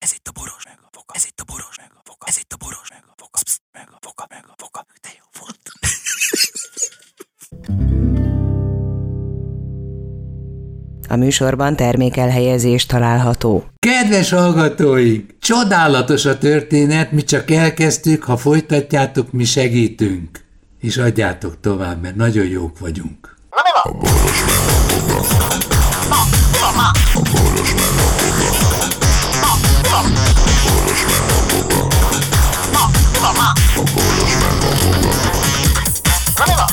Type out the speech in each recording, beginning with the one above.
Ez itt a boros meg a foka. Ez itt a boros meg a foka. Ez itt a boros meg a foka. Psz, meg a foka, meg a foka. De jó volt. A műsorban termékelhelyezés található. Kedves hallgatóink! Csodálatos a történet, mi csak elkezdtük, ha folytatjátok, mi segítünk. És adjátok tovább, mert nagyon jók vagyunk. Na mi van? A boros meg a foka. Mi van már? A boros meg a foka. Mi van? A boros meg a foka. Mi van már? A boros meg a foka. Na mi van?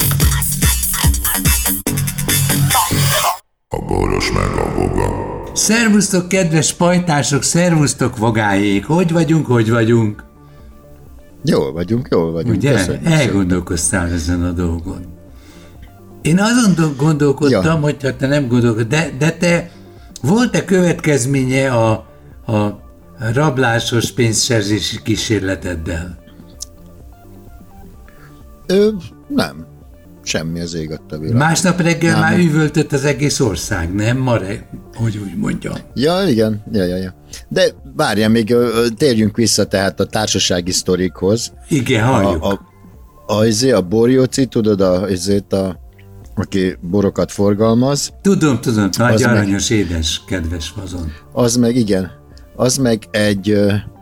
A boros meg a foka. Szervusztok, kedves pajtások, szervusztok, vagályék! Hogy vagyunk? Jól vagyunk. Ugye? Köszönjük. Elgondolkoztál ezen a dolgon. Én azon gondolkodtam, hogyha te nem gondolkodtál, de te volt-e következménye a rablásos pénzszerzési kísérleteddel? Nem. Semmi az ég adta világ. Másnap reggel már üvöltött az egész ország, nem? Hogy úgy mondjam. Ja, igen. Ja. De várjál, még térjünk vissza tehát a társasági sztorikhoz. Igen, halljuk. A Borjóci, tudod, aki borokat forgalmaz. Tudom, nagy aranyos, édes, kedves vazon. Az meg egy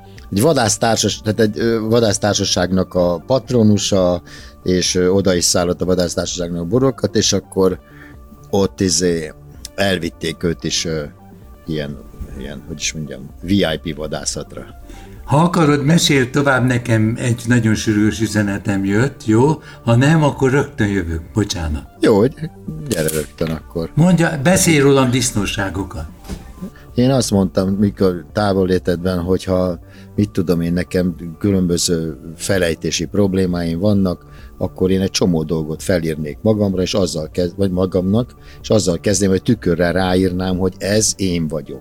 vadásztársaságnak a patronusa, és oda is szállott a vadásztársaságnak a borokat, és akkor ott elvitték őt is ilyen, hogy is mondjam, VIP vadászatra. Ha akarod, mesél tovább, nekem egy nagyon sürgős üzenetem jött, jó? Ha nem, akkor rögtön jövök, bocsánat. Jó, hogy gyere rögtön akkor. Mondja, beszélj rólam disznóságokat. Én azt mondtam, mikor távollétedben, hogyha mit tudom én, nekem különböző felejtési problémáim vannak, akkor én egy csomó dolgot felírnék magamra, és vagy magamnak, és azzal kezdném, hogy tükörrel ráírnám, hogy ez én vagyok.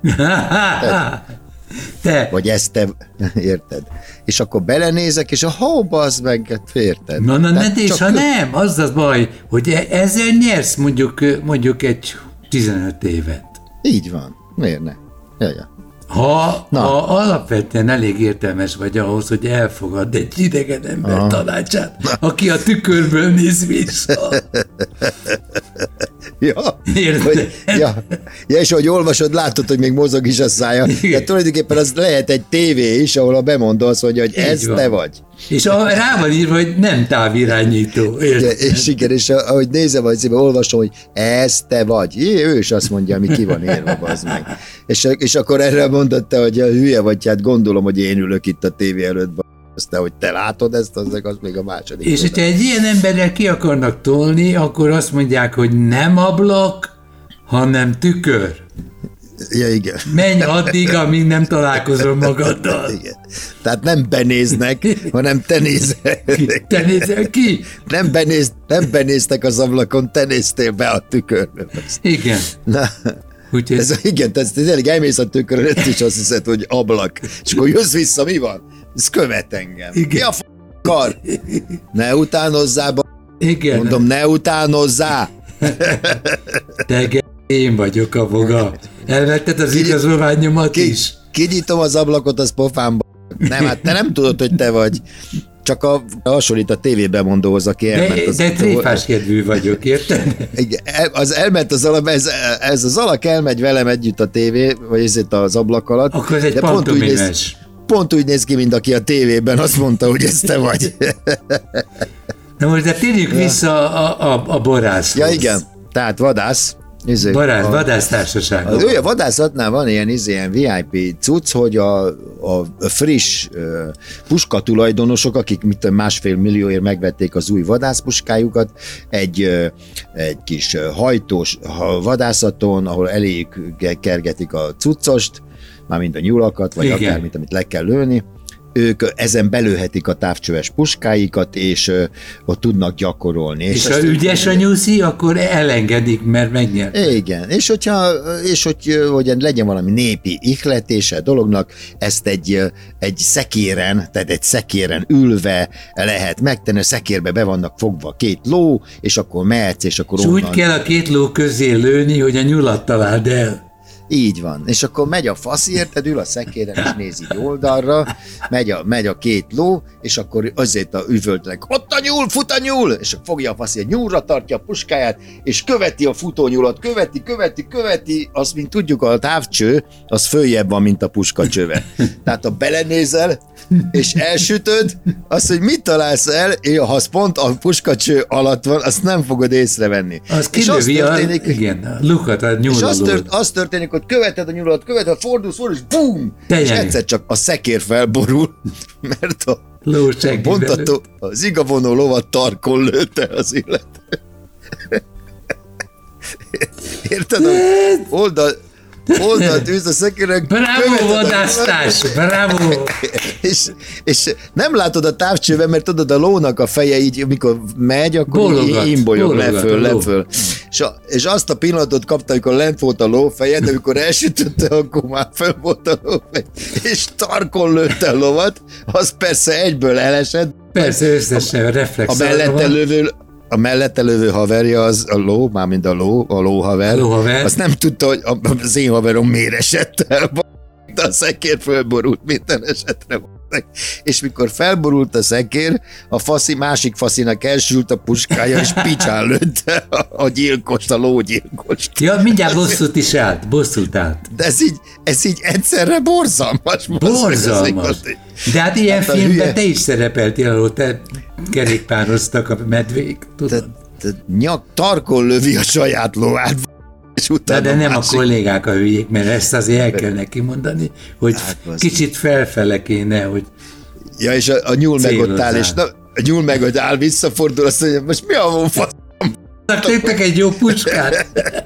Te. Vagy ezt te, érted? És akkor belenézek, és bazd meg, érted? És ha nem, az az baj, hogy ezzel nyersz mondjuk egy 15 évet. Így van. Miért ne? Ja. Ha alapvetően elég értelmes vagy ahhoz, hogy elfogadd egy idegen ember tanácsát, aki a tükörből néz vissza. És ahogy olvasod, látod, hogy még mozog is a szája. De tulajdonképpen az lehet egy tévé is, ahol a bemondó azt mondja, hogy ez te vagy. És rá van írva, hogy nem távirányító. És ahogy nézem, vagy olvasom, hogy ez te vagy. Ő is azt mondja, ami ki van írva, bazd meg. És akkor erre mondod te, hogy hülye vagy, hát gondolom, hogy én ülök itt a tévé előtt, aztán, hogy te látod ezt, az még a második. És hogyha egy ilyen emberrel ki akarnak tolni, akkor azt mondják, hogy nem ablak, hanem tükör. Ja, igen. Menj addig, amíg nem találkozom magaddal. Igen. Tehát nem benéznek, hanem te nézel. Te nézel ki? Nem benéztek az ablakon, te néztél be a tükörbe. Igen. Na. Úgyhogy... Igen, tehát tényleg elmész a tükörön, és azt hiszed, hogy ablak. És akkor jössz vissza, mi van? Ez követ engem. Igen. Mi a kar? Ne utánozzál, igen. Mondom, ne utánozzál. Én vagyok a boga. Elvetted az igazolványomat is. Kinyitom az ablakot, az pofámba. Nem, hát te nem tudod, hogy te vagy. Csak hasonlít a tévébemondóhoz, aki elment. De tréfás kedvű vagyok, érted? Igen, az elment az alap, ez az alak elmegy velem együtt a tévé, vagy ezért az ablak alatt. Akkor ez egy pantomimes. Pont úgy néz ki, mint aki a tévében azt mondta, hogy ez te vagy. Na most, de térjük vissza a borászhoz. Ja, igen, tehát vadász. Vadásztársaság. A vadászatnál van ilyen VIP cucc, hogy a friss puska tulajdonosok, akik 1,5 millióért megvették az új vadászpuskájukat, egy kis hajtós vadászaton, ahol eléjük kergetik a cuccost, mármint a nyulakat, vagy akármit, amit le kell lőni, ők ezen belőhetik a távcsöves puskáikat, és ott tudnak gyakorolni. És ha ügyes a nyuszi, akkor elengedik, mert megnyer. Igen, és hogy legyen valami népi ihletése a dolognak, ezt egy szekéren, tehát egy szekéren ülve lehet megtenni, a szekérbe be vannak fogva 2 ló, és akkor mehetsz, és akkor és onnan... úgy kell a 2 ló közé lőni, hogy a nyulat találd el. Így van. És akkor megy a faszi, érted, ül a szekéren, és néz így oldalra, megy a két ló, és akkor azért a üvöltnek, ott a nyúl, fut a nyúl! És akkor fogja a faszi, a nyúlra tartja a puskáját, és követi a futónyulat, követi, azt, mint tudjuk, a távcső, az följebb van, mint a puskacsöve. Tehát ha belenézel, és elsütöd, azt, hogy mit találsz el, ha az pont a puskacső alatt van, azt nem fogod észrevenni. Az kilövi a lukat, a nyúlalól. És az történik, hogy követed a nyulat, fordulsz, és bum! És egyszer csak a szekér felborul, mert a bontató, az igavonó lovat tarkon lőtte az illető. Érted? Oldalt űz a szekérek. Bravo, vadásztás! Bravo! És nem látod a távcsőben, mert tudod, a lónak a feje így, mikor megy, akkor imbolyog leföl. És azt a pillanatot kapta, amikor lent volt a lófeje, de amikor elsütötte, akkor már föl volt a lófej, és tarkon lőtte a lovat, az persze egyből elesett. Persze, összesen reflex. A mellette lövő haverja az a ló, mármint a lóhaver, azt nem tudta, hogy az én haverom miért esett el, de a szekér fölborult minden esetre. És mikor felborult a szekér, a másik faszinak elsült a puskája, és picsán lőtte a gyilkost, a lógyilkost. Ja, mindjárt bosszút állt. De ez így egyszerre borzalmas. Borzalmas. De hát ilyen filmben te is szerepeltél, ahol te kerékpároztak a medvék, tudod? Tarkon lövi a saját lovát, és utána de nem a kollégák a hülyék, mert ezt azért el kell neki mondani, hogy kicsit felfele kéne, hogy ja, és a nyúl meg ott áll, és a nyúl meg ott áll, visszafordul, azt mondja, most mi a fasz? Tettek egy jó puskát.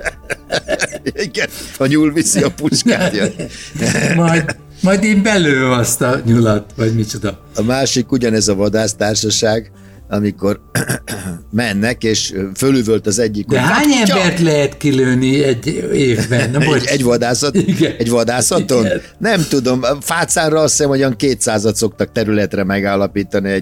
Igen, a nyúl viszi a puskát. Majd én belőlem azt a nyulat, vagy micsoda. A másik ugyanez a vadásztársaság, amikor mennek, és fölüvölt az egyik. De hány embert lehet kilőni egy évben? Na, egy vadászaton? Igen. Nem tudom, Fácánra azt hiszem, olyan 200-at szoktak területre megállapítani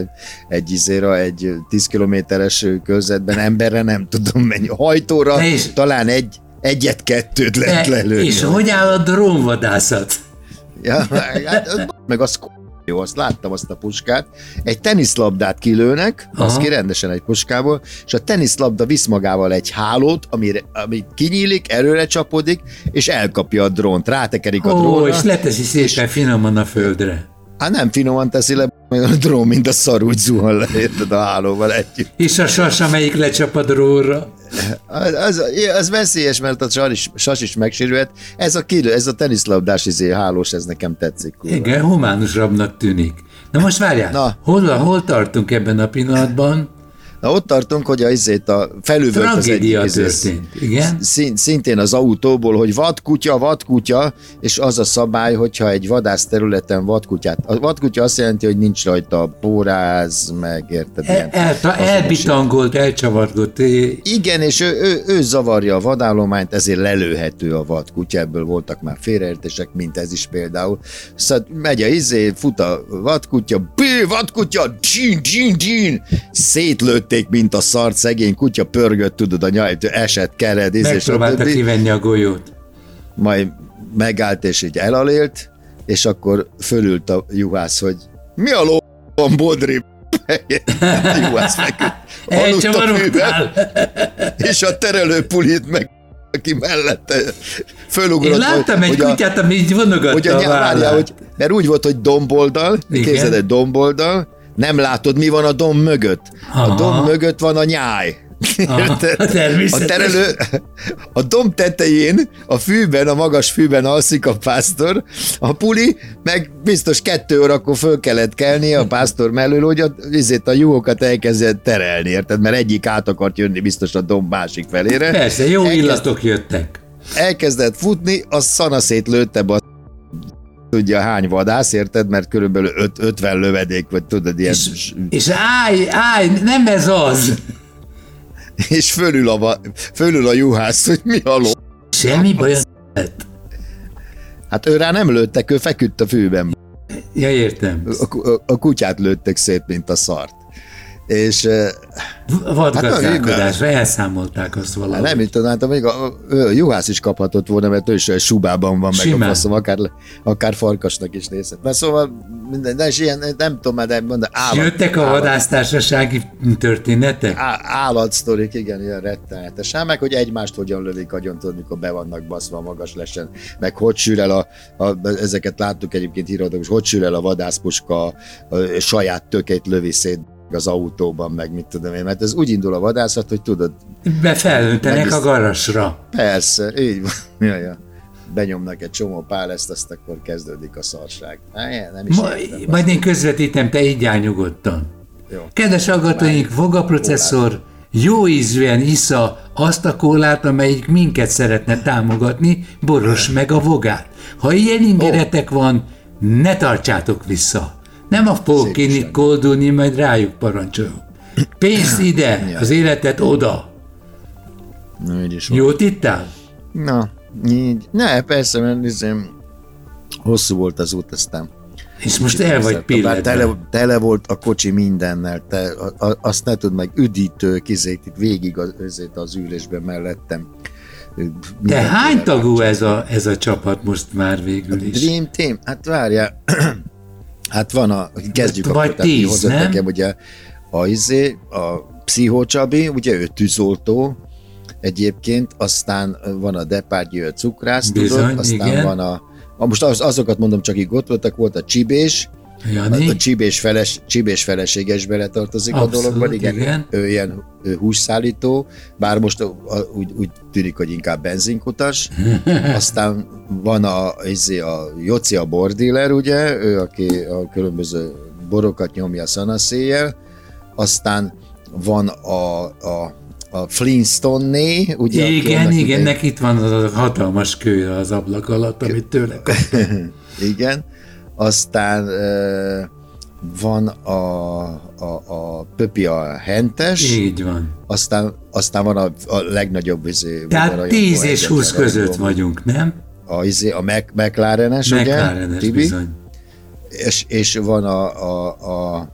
egy 10 kilométeres körzetben, emberre nem tudom mennyi. Hajtóra talán egyet-kettőt lehet lelőni. És hogy áll a drónvadászat? Ja, meg az jó, azt láttam, azt a puskát. Egy teniszlabdát kilőnek, az ki rendesen egy puskából, és a teniszlabda visz magával egy hálót, ami kinyílik, előre csapódik, és elkapja a drónt, rátekerik a drónra. És leteszi szépen finoman a földre. Hát nem finoman teszi le, a drón, mint a szar úgy zuhan le, érted, a hálóval együtt. És a sas, amelyik lecsap a drónra. Az veszélyes, mert a sas is megsérülhet. Ez a teniszlabdás hálós, ez nekem tetszik. Igen, humánusabbnak tűnik. Na most várjál, hol tartunk ebben a pillanatban? Na ott tartunk, hogy felüvölt az egyik. Történt, igen? Szintén az autóból, hogy vadkutya, és az a szabály, hogyha egy vadász területen vadkutyát. A vadkutya azt jelenti, hogy nincs rajta póráz, meg érted? Elbitangolt, elcsavargott. Igen, és ő zavarja a vadállományt, ezért lelőhető a vadkutya, ebből voltak már félreértések, mint ez is például. Szóval megy fut a vadkutya, szétlőtt, mint a szart, szegény kutya pörgött, tudod, a nyajt, esett, kered, megpróbálta kivenni a golyót. Majd megállt, és így elalélt, és akkor fölült a juhász, hogy mi a ló van, Bodri? A juhász feküdt. Elcsavarodtál. És a terelőpulit meg aki mellette fölugrott. Én láttam egy kutyát, ami így vonogatta a vállát. Mert úgy volt, hogy domboldal, képzeld, egy domboldal, nem látod, mi van a domb mögött. A domb mögött van a nyáj. A domb tetején, a fűben, a magas fűben alszik a pásztor, a puli, meg biztos 2 órakor föl kellett kelni a pásztor mellől, hogy a juhokat elkezdett terelni, érted? Mert egyik át akart jönni biztos a domb másik felére. Persze, jó illatok jöttek. Elkezdett futni, az szanaszét lőtte be tudja hány vadász, érted? Mert körülbelül 50 lövedék, vagy tudod, ilyen... És állj, nem ez az! És fölül a juhász, hogy mi a ló. Semmi baj lett. Hát ő rá nem lőttek, ő feküdt a fűben. Ja, értem. A kutyát lőttek szét, mint a szart. És vadgazdálkodásra elszámolták azt valahogy. nem így tudom, hát még a juhász is kaphatott volna, mert ő is egy subában van, simán. meg a faszom, akár farkasnak is nézhet. Na szóval, de is ilyen, nem tudom már, de mondom, jöttek a vadásztársasági történetek? Állatsztorik, igen, ilyen rettenetesen, meg hogy egymást hogyan lövik agyon, tudod, mikor be vannak baszva magas lesen, meg hogy sül el ezeket láttuk egyébként híradók, és hogy sül el a vadászpuska a saját tökét lövi szét az autóban, meg mit tudom én, mert ez úgy indul a vadászat, hogy tudod... Befelöntenek a garasra. Persze, így van. Ja. Benyomnak egy csomó páleszt, azt akkor kezdődik a szarság. Nem is majd én közvetítem, te így áll nyugodtan. Jó. Kedves hallgatóink, Voga processzor jó ízűen issza azt a kólát, amelyik minket szeretne támogatni, boros meg a Vogát. Ha ilyen ingeretek van, ne tartsátok vissza. Nem a fog kéni koldulni, majd rájuk parancsoljuk. Pénzt ide, az életet oda. Jót ittál? Na, így. Ne, persze, mert hosszú volt az út, aztán. És most el vagy pillanatban. Tele volt a kocsi mindennel, azt ne tud meg, üdítő kizét itt végig az ülésben mellettem. De hány tagú ez a csapat most már végül is? A Dream Team? Hát várjál, hát van kezdjük vagy akkor, 10, nem? Nekem ugye a Pszichó Csabi, ugye ő tűzoltó egyébként, aztán van a Depardieu cukrász, tudod, aztán igen. van most azokat mondom, csak így ott voltak, volt a Csibés, Jani? A Csibés feleséges beletartozik abszolút, a dologban, igen. Ő ilyen hússzállító, bár most úgy tűnik, hogy inkább benzinkutas. Aztán van a Joci a bordíler, ugye, ő, aki a különböző borokat nyomja szanaszéjjel. Aztán van a Flintstone-né, ugye? Igen, neki itt van az a hatalmas kő az ablak alatt, amit tőle kaptam. Igen. Aztán van a Pöpi a hentes. Így van. Aztán van a legnagyobb tehát 10 és 20 között vagyunk, nem? A McLaren-es, ugye? McLaren-es, bizony. És van a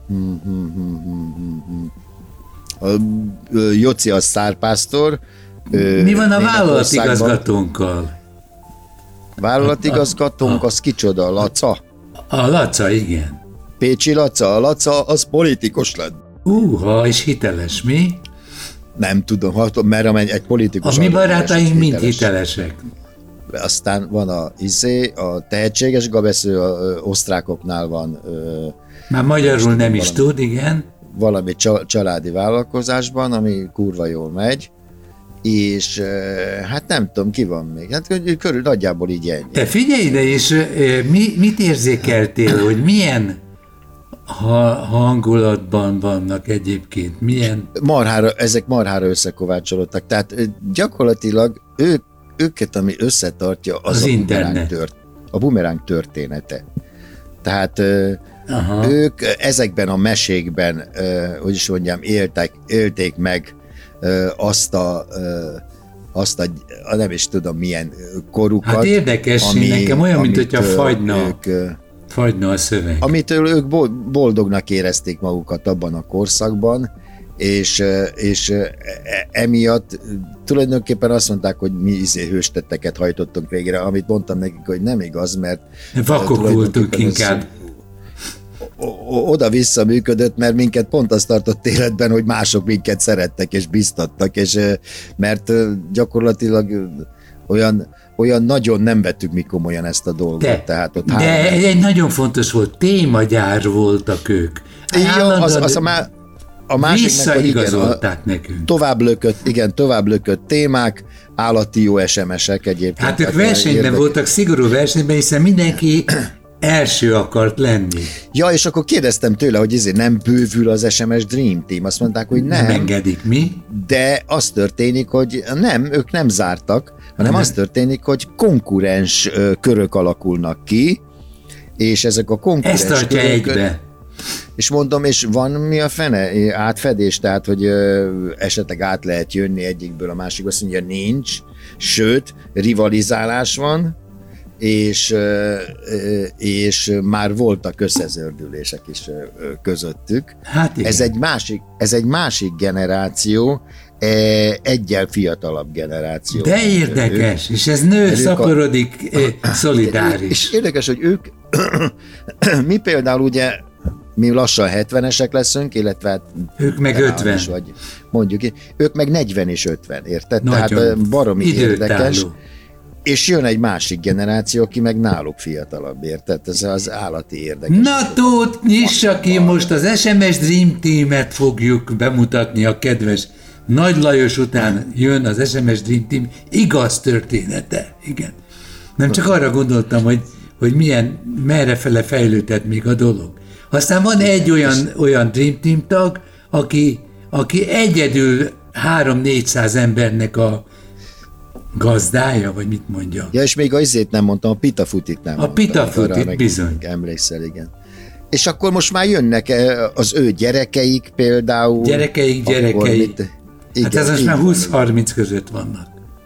Joci a sztárpásztor. Mi van a vállalatigazgatónkkal? Vállalatigazgatónk, az kicsoda? Laca? A Laca, igen. Pécsi Laca? A Laca az politikus lett. És hiteles, mi? Nem tudom, mert egy politikus... A mi barátaink mind hitelesek. Aztán van a tehetséges Gabesző, osztrákoknál van... Már magyarul nem is tud, igen. Valami családi vállalkozásban, ami kurva jól megy, és hát nem tudom, ki van még. Hát körül nagyjából így ennyi. Te figyelj ide, és mit érzékeltél, hogy milyen hangulatban vannak egyébként? Milyen... Ezek marhára összekovácsolódtak. Tehát gyakorlatilag őket, ami összetartja, az a bumeráng története. Tehát ők ezekben a mesékben, hogy is mondjam, élték meg azt a nem is tudom milyen korukat. Hát érdekes, nekem olyan, mint hogyha fagyna a szöveg. Amitől ők boldognak érezték magukat abban a korszakban, és emiatt tulajdonképpen azt mondták, hogy mi hőstetteket hajtottunk végre, amit mondtam nekik, hogy nem igaz, mert vakok voltunk inkább. Oda-vissza működött, mert minket pont azt tartott életben, hogy mások minket szerettek és biztattak, és mert gyakorlatilag olyan nagyon nem vettük mi komolyan ezt a dolgot. Tehát ott de egy nagyon fontos volt, témagyár voltak ők. A másiknek, visszaigazolták nekünk. Tovább lökött témák, állati jó SMS-ek egyébként. Hát ők versenyben voltak, szigorú versenyben, hiszen mindenki első akart lenni. Ja, és akkor kérdeztem tőle, hogy nem bővül az SMS Dream Team. Azt mondták, hogy nem. Nem engedik, mi? De az történik, hogy ők nem zártak, hanem az történik, hogy konkurens körök alakulnak ki, és ezek a konkurens ezt tartja egybe. És mondom, és van mi a fene? Átfedés, tehát, hogy esetleg át lehet jönni egyikből a másikba, azt mondja, nincs, sőt, rivalizálás van, és már voltak összezördülések is közöttük. Hát igen. Ez egy másik generáció, egyel fiatalabb generáció. De érdekes, és ez nő, szaporodik, szolidáris. És érdekes, hogy ők, mi például ugye, mi lassan 70-esek leszünk, illetve hát ők meg 50. Vagy, mondjuk, ők meg 40 és 50, érted? Nagyon. Tehát baromi érdekes. Időtálló. És jön egy másik generáció, aki meg náluk fiatalabb, érted? Ez az állati érdekes. Na Tóth, nyissa ki, most az SMS Dream Team-et fogjuk bemutatni, a kedves Nagy Lajos után jön az SMS Dream Team igaz története. Igen. Nem csak arra gondoltam, hogy merrefele fejlődhet még a dolog. Aztán van egy olyan Dream Team tag, aki egyedül 300-400 embernek a gazdája, vagy mit mondja? Ja, és még azért nem mondtam, a Pitafutit nem mondtam. A Pitafutit, bizony. Emlékszel, igen. És akkor most már jönnek az ő gyerekeik például. Gyerekeik. Igen, hát ez most már 20-30 között vannak.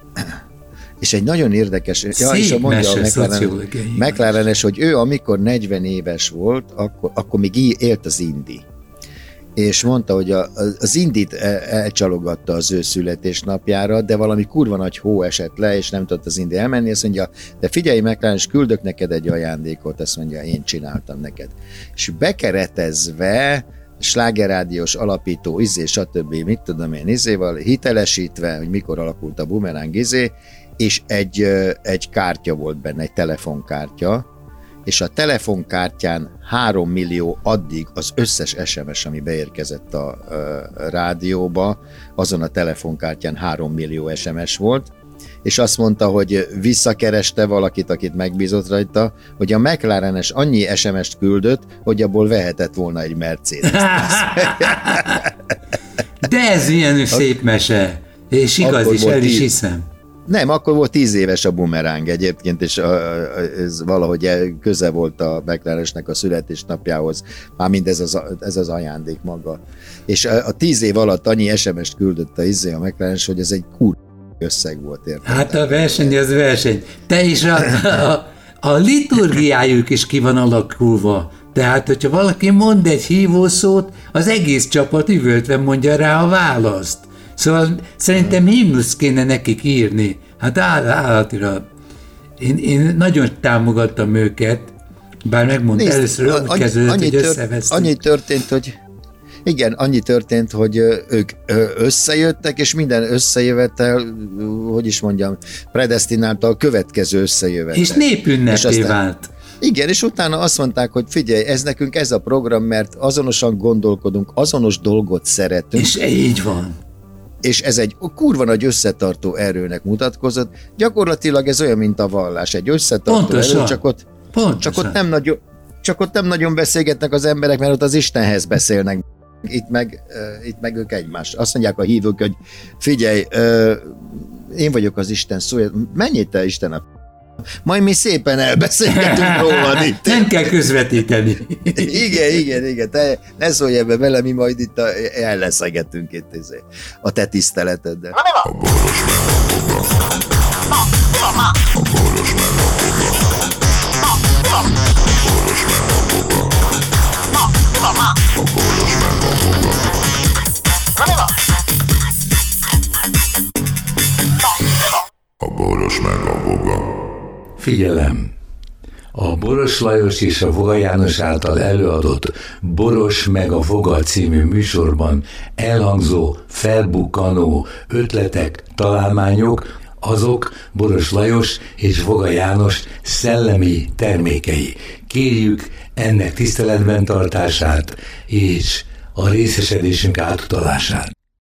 És egy nagyon érdekes, és mondja a McLaren-es, hogy ő amikor 40 éves volt, akkor még élt az Indy. És mondta, hogy az Indit elcsalogatta az ő születésnapjára, de valami kurva nagy hó esett le, és nem tudott az Indi elmenni, azt mondja, de figyelj McLaren, és küldök neked egy ajándékot, azt mondja, én csináltam neked. És bekeretezve, slágerrádiós alapító, stb. Mit tudom én, hitelesítve, hogy mikor alakult a Boomerang, és egy kártya volt benne, egy telefonkártya, és a telefonkártyán 3 millió addig az összes SMS, ami beérkezett a rádióba, azon a telefonkártyán 3 millió SMS volt, és azt mondta, hogy visszakereste valakit, akit megbízott rajta, hogy a McLaren-es annyi SMS-t küldött, hogy abból vehetett volna egy Mercedes. De ez ilyen szép mese, és igaz is, el is hiszem. Nem, akkor volt 10 éves a Boomerang egyébként, és ez valahogy köze volt a McLaren-esnek a születésnapjához, mármint ez az ajándék maga. És a 10 év alatt annyi SMS-t küldött a McLaren, hogy ez egy összeg volt, érted? Hát a verseny az verseny. Te is a liturgiájuk is ki van alakulva. Tehát, hogyha valaki mond egy hívószót, az egész csapat üvöltve mondja rá a választ. Szóval szerintem himnuszt kéne nekik írni. Hát állatira. Én nagyon támogattam őket, bár megmondta először, hogy kezdődött, hogy összevesztünk. Annyi történt, hogy ők összejöttek, és minden összejövetel, hogy is mondjam, predesztinálta a következő összejövetel. És népünnepé vált. Igen, és utána azt mondták, hogy figyelj, ez a program, mert azonosan gondolkodunk, azonos dolgot szeretünk. És így van. És ez egy kurva nagy összetartó erőnek mutatkozott. Gyakorlatilag ez olyan, mint a vallás, egy összetartó erő, csak ott nem nagyon beszélgetnek az emberek, mert ott az Istenhez beszélnek. Itt meg ők egymás. Azt mondják a hívők, hogy figyelj, én vagyok az Isten, szólj, menj itt el Isten majd mi szépen elbeszélgetünk róla itt. Nem kell közvetíteni. Igen, te ne szólj ebbe vele, mi majd itt elleszegetünk itt a te tiszteleteddel. A boros meg a boros meg a boga. Figyelem! A Boros Lajos és a Voga János által előadott Boros meg a Voga című műsorban elhangzó, felbukkanó ötletek, találmányok, azok Boros Lajos és Voga János szellemi termékei. Kérjük ennek tiszteletben tartását és a részesedésünk átutalását.